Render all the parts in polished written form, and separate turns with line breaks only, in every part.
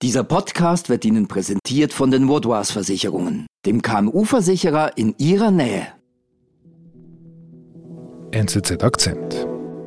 Dieser Podcast wird Ihnen präsentiert von den Vaudoise Versicherungen, dem KMU-Versicherer in Ihrer Nähe.
NZZ Akzent.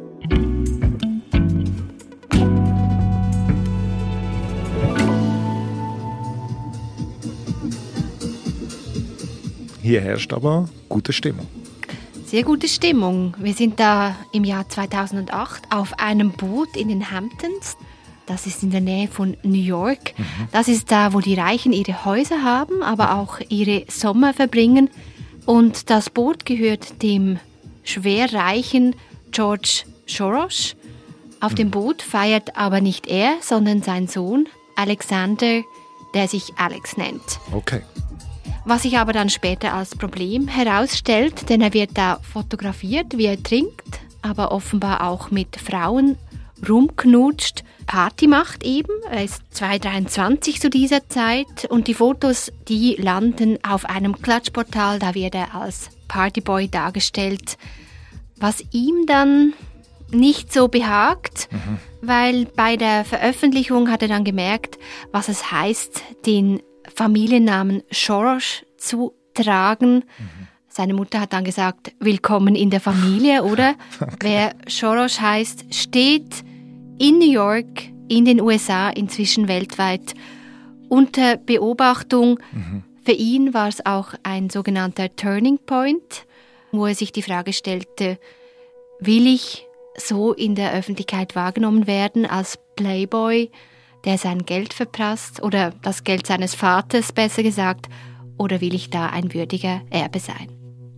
Hier herrscht aber gute Stimmung.
Sehr gute Stimmung. Wir sind da im Jahr 2008 auf einem Boot in den Hamptons. Das ist in der Nähe von New York. Das ist da, wo die Reichen ihre Häuser haben, aber auch ihre Sommer verbringen. Und das Boot gehört dem schwerreichen George Soros. Auf dem Boot feiert aber nicht er, sondern sein Sohn Alexander, der sich Alex nennt.
Okay.
Was sich aber dann später als Problem herausstellt, denn er wird da fotografiert, wie er trinkt, aber offenbar auch mit Frauen rumknutscht, Party macht eben. Er ist 2,23 zu dieser Zeit und die Fotos, die landen auf einem Klatschportal, da wird er als Partyboy dargestellt, was ihm dann nicht so behagt, weil bei der Veröffentlichung hat er dann gemerkt, was es heißt, den Familiennamen Soros zu tragen. Seine Mutter hat dann gesagt, willkommen in der Familie, oder? Okay. Wer Soros heißt, steht in New York, in den USA, inzwischen weltweit unter Beobachtung. Für ihn war es auch ein sogenannter Turning Point, wo er sich die Frage stellte, will ich so in der Öffentlichkeit wahrgenommen werden als Playboy, der sein Geld verprasst oder das Geld seines Vaters, besser gesagt, oder will ich da ein würdiger Erbe sein?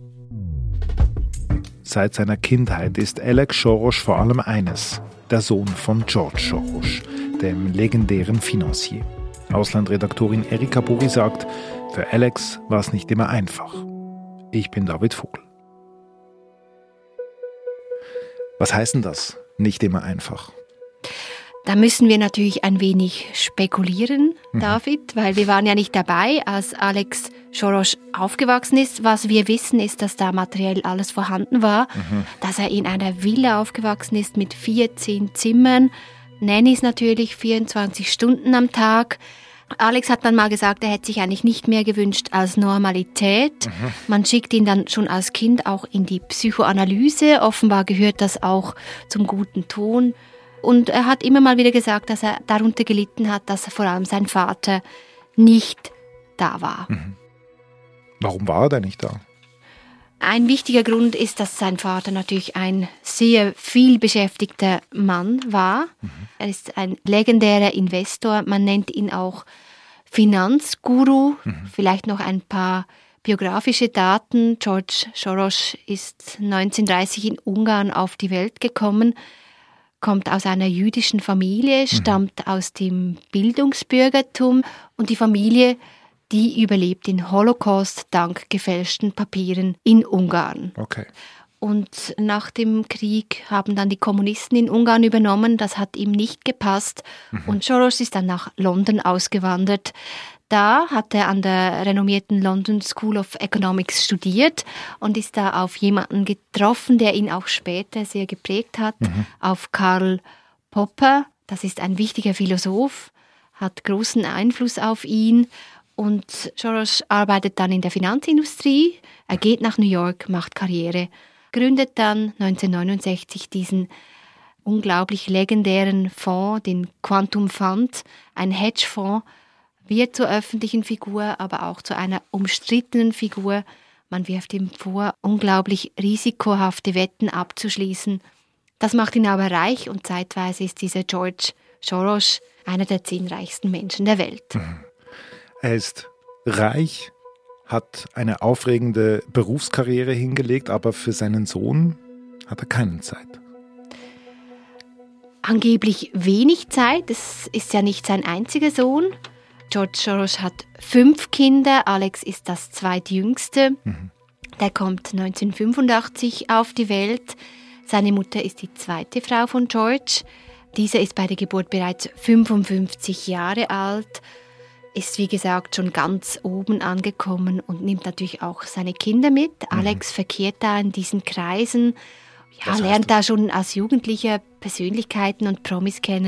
Seit seiner Kindheit ist Alex Soros vor allem eines, der Sohn von George Soros, dem legendären Financier. Auslandredaktorin Erika Buri sagt, für Alex war es nicht immer einfach. Ich bin David Vogel. Was heißt denn das? Nicht immer einfach.
Da müssen wir natürlich ein wenig spekulieren, David, weil wir waren ja nicht dabei, als Alex Soros aufgewachsen ist. Was wir wissen, ist, dass da materiell alles vorhanden war, dass er in einer Villa aufgewachsen ist mit 14 Zimmern, Nannies natürlich 24 Stunden am Tag. Alex hat dann mal gesagt, er hätte sich eigentlich nicht mehr gewünscht als Normalität. Man schickt ihn dann schon als Kind auch in die Psychoanalyse. Offenbar gehört das auch zum guten Ton. Und er hat immer mal wieder gesagt, dass er darunter gelitten hat, dass vor allem sein Vater nicht da war.
Warum war er denn nicht da?
Ein wichtiger Grund ist, dass sein Vater natürlich ein sehr viel beschäftigter Mann war. Er ist ein legendärer Investor, man nennt ihn auch Finanzguru. Vielleicht noch ein paar biografische Daten. George Soros ist 1930 in Ungarn auf die Welt gekommen, kommt aus einer jüdischen Familie, stammt aus dem Bildungsbürgertum und die Familie, die überlebt den Holocaust dank gefälschten Papieren in Ungarn.
Okay.
Und nach dem Krieg haben dann die Kommunisten in Ungarn übernommen, das hat ihm nicht gepasst und Soros ist dann nach London ausgewandert. Da hat er an der renommierten London School of Economics studiert und ist da auf jemanden getroffen, der ihn auch später sehr geprägt hat, auf Karl Popper. Das ist ein wichtiger Philosoph, hat großen Einfluss auf ihn. Und Soros arbeitet dann in der Finanzindustrie. Er geht nach New York, macht Karriere, gründet dann 1969 diesen unglaublich legendären Fonds, den Quantum Fund, ein Hedgefonds, wird zur öffentlichen Figur, aber auch zu einer umstrittenen Figur. Man wirft ihm vor, unglaublich risikohafte Wetten abzuschließen. Das macht ihn aber reich und zeitweise ist dieser George Soros einer der 10 reichsten Menschen der Welt.
Er ist reich, hat eine aufregende Berufskarriere hingelegt, aber für seinen Sohn hat er keine Zeit.
Angeblich wenig Zeit, es ist ja nicht sein einziger Sohn. George Soros hat 5 Kinder, Alex ist das zweitjüngste. Der kommt 1985 auf die Welt. Seine Mutter ist die zweite Frau von George. Dieser ist bei der Geburt bereits 55 Jahre alt, ist wie gesagt schon ganz oben angekommen und nimmt natürlich auch seine Kinder mit. Alex verkehrt da in diesen Kreisen, lernt da schon als Jugendlicher Persönlichkeiten und Promis kennen,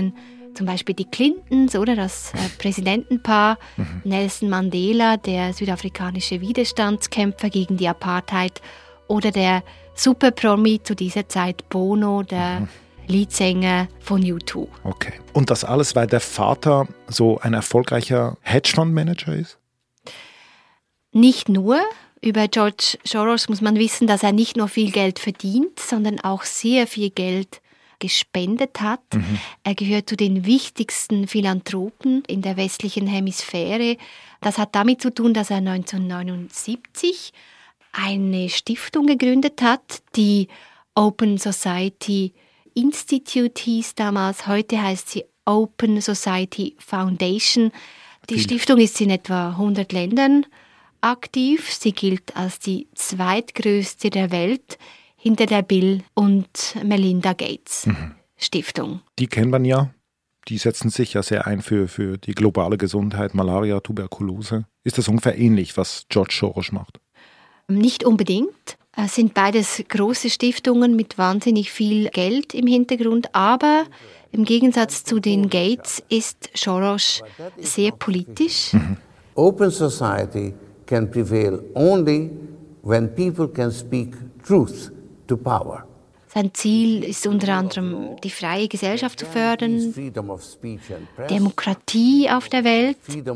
zum Beispiel die Clintons oder das Präsidentenpaar, Nelson Mandela, der südafrikanische Widerstandskämpfer gegen die Apartheid, oder der Superpromi zu dieser Zeit Bono, der Leadsänger von U2.
Okay. Und das alles, weil der Vater so ein erfolgreicher Hedgefondsmanager ist?
Nicht nur. Über George Soros muss man wissen, dass er nicht nur viel Geld verdient, sondern auch sehr viel Geld gespendet hat. Er gehört zu den wichtigsten Philanthropen in der westlichen Hemisphäre. Das hat damit zu tun, dass er 1979 eine Stiftung gegründet hat, die Open Society Institute hieß damals. Heute heißt sie Open Society Foundation. Die Stiftung ist in etwa 100 Ländern aktiv. Sie gilt als die zweitgrößte der Welt hinter der Bill und Melinda Gates Stiftung.
Die kennt man ja. Die setzen sich ja sehr ein für die globale Gesundheit, Malaria, Tuberkulose. Ist das ungefähr ähnlich, was George Soros macht?
Nicht unbedingt. Es sind beides große Stiftungen mit wahnsinnig viel Geld im Hintergrund, aber im Gegensatz zu den Gates ist Soros sehr politisch.
Open society can prevail only when people can speak truth to power.
Sein Ziel ist unter anderem, die freie Gesellschaft zu fördern, Demokratie auf der Welt,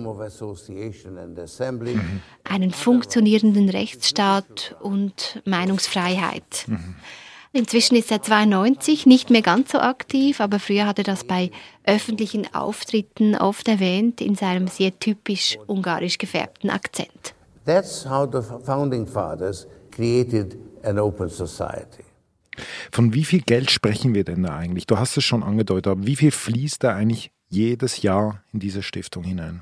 einen funktionierenden Rechtsstaat und Meinungsfreiheit. Inzwischen ist er 92, nicht mehr ganz so aktiv, aber früher hat er das bei öffentlichen Auftritten oft erwähnt, in seinem sehr typisch ungarisch gefärbten Akzent.
That's how the founding fathers created an open society.
Von wie viel Geld sprechen wir denn da eigentlich? Du hast es schon angedeutet, aber wie viel fließt da eigentlich jedes Jahr in diese Stiftung hinein?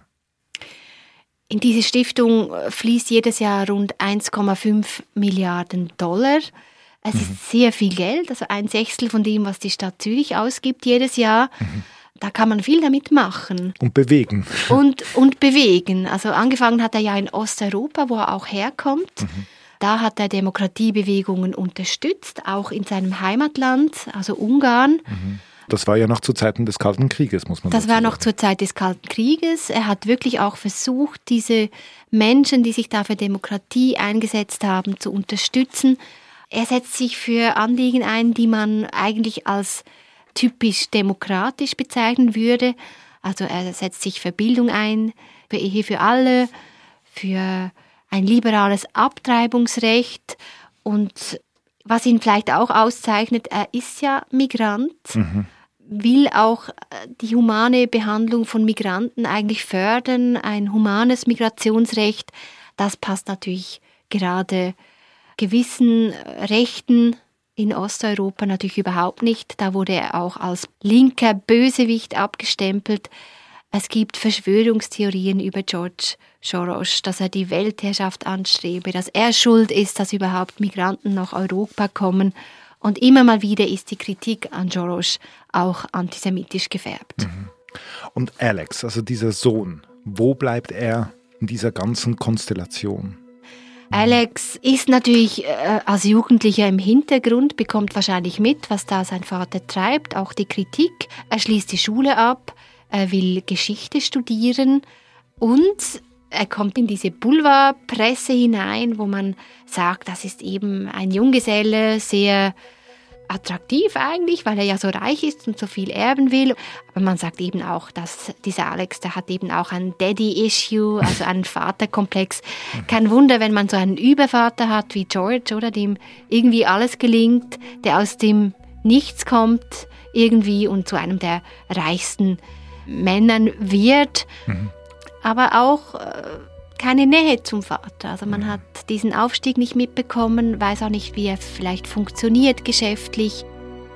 In diese Stiftung fließt jedes Jahr rund 1,5 Milliarden $. Es ist sehr viel Geld, also 1/6 von dem, was die Stadt Zürich ausgibt jedes Jahr. Da kann man viel damit machen.
Und bewegen.
Und bewegen. Also angefangen hat er ja in Osteuropa, wo er auch herkommt. Da hat er Demokratiebewegungen unterstützt, auch in seinem Heimatland, also Ungarn.
Das war ja noch zu Zeiten des Kalten Krieges, muss man sagen.
Das war noch zur Zeit des Kalten Krieges. Er hat wirklich auch versucht, diese Menschen, die sich da für Demokratie eingesetzt haben, zu unterstützen. Er setzt sich für Anliegen ein, die man eigentlich als typisch demokratisch bezeichnen würde. Also er setzt sich für Bildung ein, für Ehe für alle, für ein liberales Abtreibungsrecht und was ihn vielleicht auch auszeichnet, er ist ja Migrant, will auch die humane Behandlung von Migranten eigentlich fördern, ein humanes Migrationsrecht. Das passt natürlich gerade gewissen Rechten in Osteuropa natürlich überhaupt nicht. Da wurde er auch als linker Bösewicht abgestempelt. Es gibt Verschwörungstheorien über George Soros, dass er die Weltherrschaft anstrebe, dass er schuld ist, dass überhaupt Migranten nach Europa kommen. Und immer mal wieder ist die Kritik an Soros auch antisemitisch gefärbt.
Und Alex, also dieser Sohn, wo bleibt er in dieser ganzen Konstellation?
Alex ist natürlich als Jugendlicher im Hintergrund, bekommt wahrscheinlich mit, was da sein Vater treibt, auch die Kritik. Er schließt die Schule ab. Er will Geschichte studieren und er kommt in diese Boulevardpresse hinein, wo man sagt, das ist eben ein Junggeselle, sehr attraktiv eigentlich, weil er ja so reich ist und so viel erben will. Aber man sagt eben auch, dass dieser Alex, der hat eben auch ein Daddy-Issue, also einen Vaterkomplex. Kein Wunder, wenn man so einen Übervater hat wie George, oder dem irgendwie alles gelingt, der aus dem Nichts kommt irgendwie und zu einem der reichsten Männern wird, aber auch keine Nähe zum Vater. Also man hat diesen Aufstieg nicht mitbekommen, weiß auch nicht, wie er vielleicht funktioniert geschäftlich.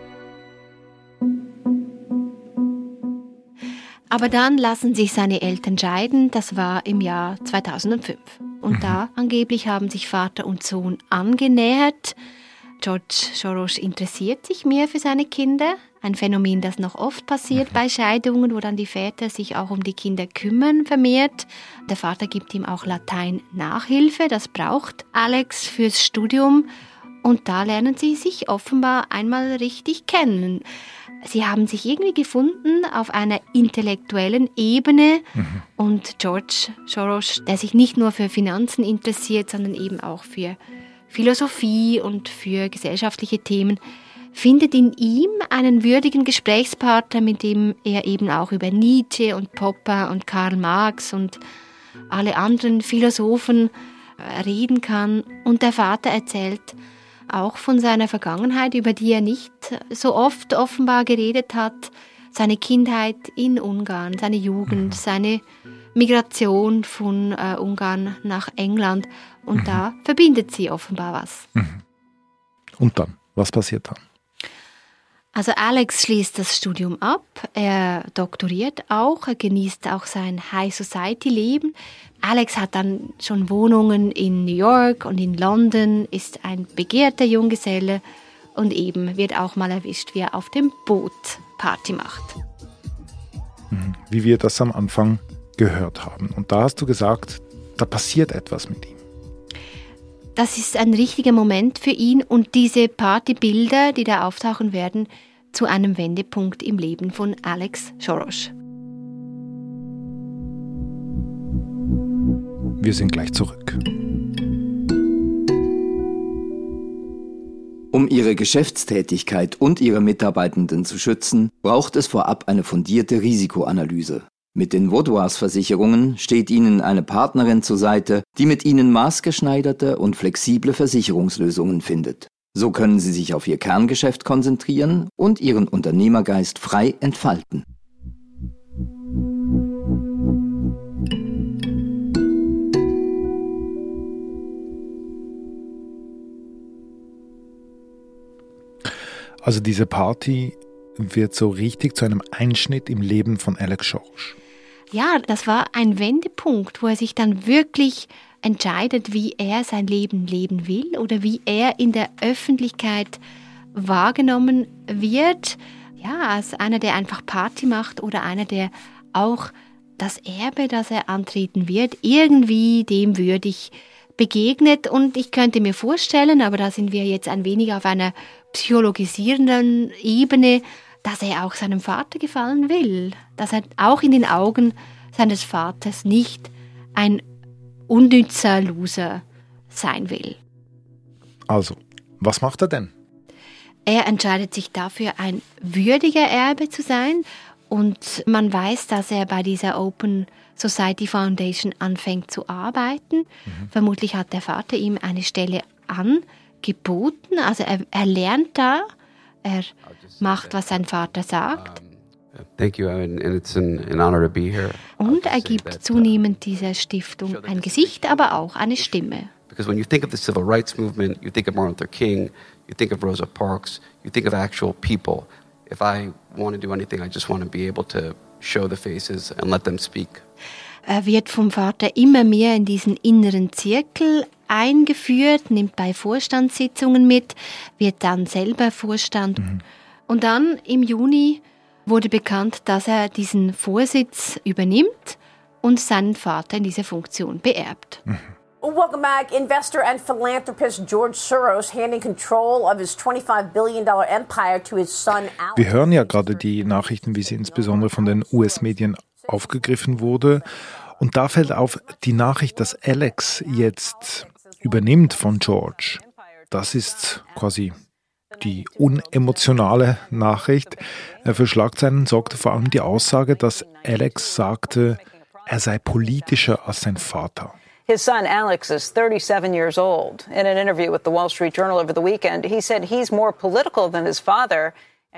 Aber dann lassen sich seine Eltern scheiden, das war im Jahr 2005. Und da angeblich haben sich Vater und Sohn angenähert. George Soros interessiert sich mehr für seine Kinder. Ein Phänomen, das noch oft passiert bei Scheidungen, wo dann die Väter sich auch um die Kinder kümmern, vermehrt. Der Vater gibt ihm auch Latein-Nachhilfe, das braucht Alex fürs Studium. Und da lernen sie sich offenbar einmal richtig kennen. sie haben sich irgendwie gefunden auf einer intellektuellen Ebene. Und George Soros, der sich nicht nur für Finanzen interessiert, sondern eben auch für Philosophie und für gesellschaftliche Themen, findet in ihm einen würdigen Gesprächspartner, mit dem er eben auch über Nietzsche und Popper und Karl Marx und alle anderen Philosophen reden kann. Und der Vater erzählt auch von seiner Vergangenheit, über die er nicht so oft offenbar geredet hat. Seine Kindheit in Ungarn, seine Jugend, seine Migration von Ungarn nach England. Und da verbindet sie offenbar was.
Und dann? Was passiert dann?
Also Alex schließt das Studium ab, er doktoriert auch, er genießt auch sein High-Society-Leben. Alex hat dann schon Wohnungen in New York und in London, ist ein begehrter Junggeselle und eben wird auch mal erwischt, wie er auf dem Boot Party macht.
Wie wir das am Anfang gehört haben. Und da hast du gesagt, da passiert etwas mit ihm.
Das ist ein richtiger Moment für ihn und diese Partybilder, die da auftauchen werden, zu einem Wendepunkt im Leben von Alex Soros.
Wir sind gleich zurück.
Um ihre Geschäftstätigkeit und ihre Mitarbeitenden zu schützen, braucht es vorab eine fundierte Risikoanalyse. Mit den Vaudoise-Versicherungen steht ihnen eine Partnerin zur Seite, die mit ihnen maßgeschneiderte und flexible Versicherungslösungen findet. So können sie sich auf ihr Kerngeschäft konzentrieren und ihren Unternehmergeist frei entfalten.
Also diese Party wird so richtig zu einem Einschnitt im Leben von Alex Soros.
Ja, das war ein Wendepunkt, wo er sich dann wirklich entscheidet, wie er sein Leben leben will oder wie er in der Öffentlichkeit wahrgenommen wird. Ja, als einer, der einfach Party macht oder einer, der auch das Erbe, das er antreten wird, irgendwie dem würdig begegnet. Und ich könnte mir vorstellen, aber da sind wir jetzt ein wenig auf einer psychologisierenden Ebene, dass er auch seinem Vater gefallen will, dass er auch in den Augen seines Vaters nicht ein unnützer Loser sein will.
Also, was macht er denn?
Er entscheidet sich dafür, ein würdiger Erbe zu sein und man weiß, dass er bei dieser Open Society Foundation anfängt zu arbeiten. Vermutlich hat der Vater ihm eine Stelle angeboten, also er lernt da, er macht, was sein Vater sagt.
Thank you, and it's an honor to be here.
Und er gibt zunehmend dieser Stiftung ein Gesicht, aber auch eine Stimme.
Because when you think of the civil rights movement, you think of Martin Luther King, you think of Rosa Parks, you think of actual people. If I want to do anything, I just want to be able to show the faces and let them speak.
Er wird vom Vater immer mehr in diesen inneren Zirkel eingeführt, nimmt bei Vorstandssitzungen mit, wird dann selber Vorstand. Und dann im Juni wurde bekannt, dass er diesen Vorsitz übernimmt und seinen Vater in dieser Funktion beerbt.
Welcome back. Investor and philanthropist George Soros handing control of his $25 billion empire to his son Alex.
Wir hören ja gerade die Nachrichten, wie sie insbesondere von den US-Medien aufgegriffen wurde. Und da fällt auf die Nachricht, dass Alex jetzt übernimmt von George. Das ist quasi die unemotionale Nachricht. Für Schlagzeilen sorgte vor allem die Aussage, dass Alex sagte, er sei politischer als sein Vater.
His son Alex is 37 years old. In an interview with the Wall Street Journal over the weekend, he said he's more political than his father.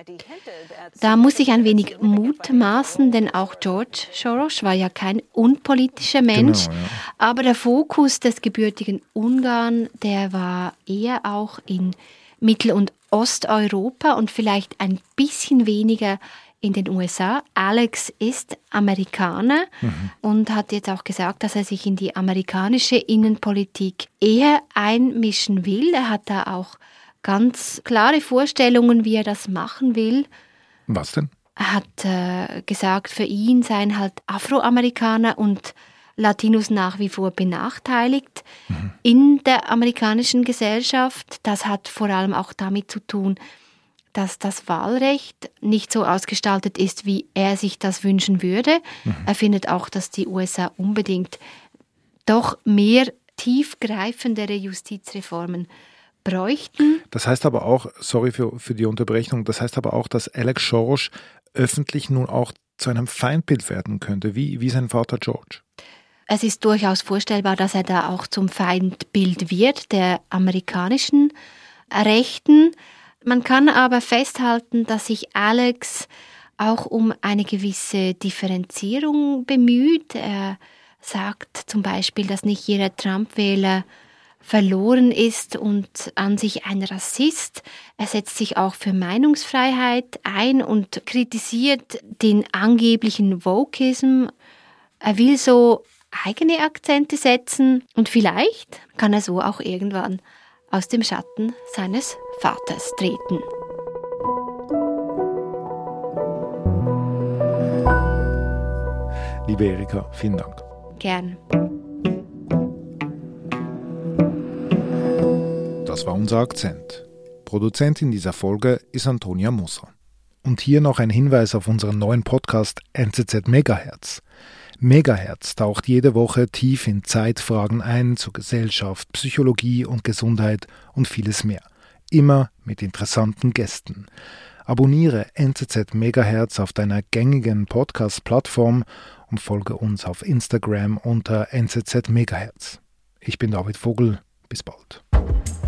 Da muss ich ein wenig mutmaßen, denn auch George Soros war ja kein unpolitischer Mensch.
Genau, ja.
Aber der Fokus des gebürtigen Ungarn, der war eher auch in Mittel- und Osteuropa und vielleicht ein bisschen weniger in den USA. Alex ist Amerikaner und hat jetzt auch gesagt, dass er sich in die amerikanische Innenpolitik eher einmischen will. Er hat da auch ganz klare Vorstellungen, wie er das machen will.
Was denn?
Er hat gesagt, für ihn seien halt Afroamerikaner und Latinos nach wie vor benachteiligt in der amerikanischen Gesellschaft. Das hat vor allem auch damit zu tun, dass das Wahlrecht nicht so ausgestaltet ist, wie er sich das wünschen würde. Er findet auch, dass die USA unbedingt doch mehr tiefgreifendere Justizreformen bräuchten.
Das heißt aber auch, sorry für die Unterbrechung, das heißt aber auch, dass Alex Soros öffentlich nun auch zu einem Feindbild werden könnte, wie sein Vater George.
Es ist durchaus vorstellbar, dass er da auch zum Feindbild wird, der amerikanischen Rechten. Man kann aber festhalten, dass sich Alex auch um eine gewisse Differenzierung bemüht. Er sagt zum Beispiel, dass nicht jeder Trump-Wähler verloren ist und an sich ein Rassist. Er setzt sich auch für Meinungsfreiheit ein und kritisiert den angeblichen Wokeism. Er will so eigene Akzente setzen und vielleicht kann er so auch irgendwann aus dem Schatten seines Vaters treten.
Liebe Erika, vielen Dank.
Gern.
Das war unser Akzent. Produzentin dieser Folge ist Antonia Moser. Und hier noch ein Hinweis auf unseren neuen Podcast NZZ Megahertz. Megahertz taucht jede Woche tief in Zeitfragen ein zu Gesellschaft, Psychologie und Gesundheit und vieles mehr. Immer mit interessanten Gästen. Abonniere NZZ Megahertz auf deiner gängigen Podcast-Plattform und folge uns auf Instagram unter NZZ Megahertz. Ich bin David Vogel. Bis bald.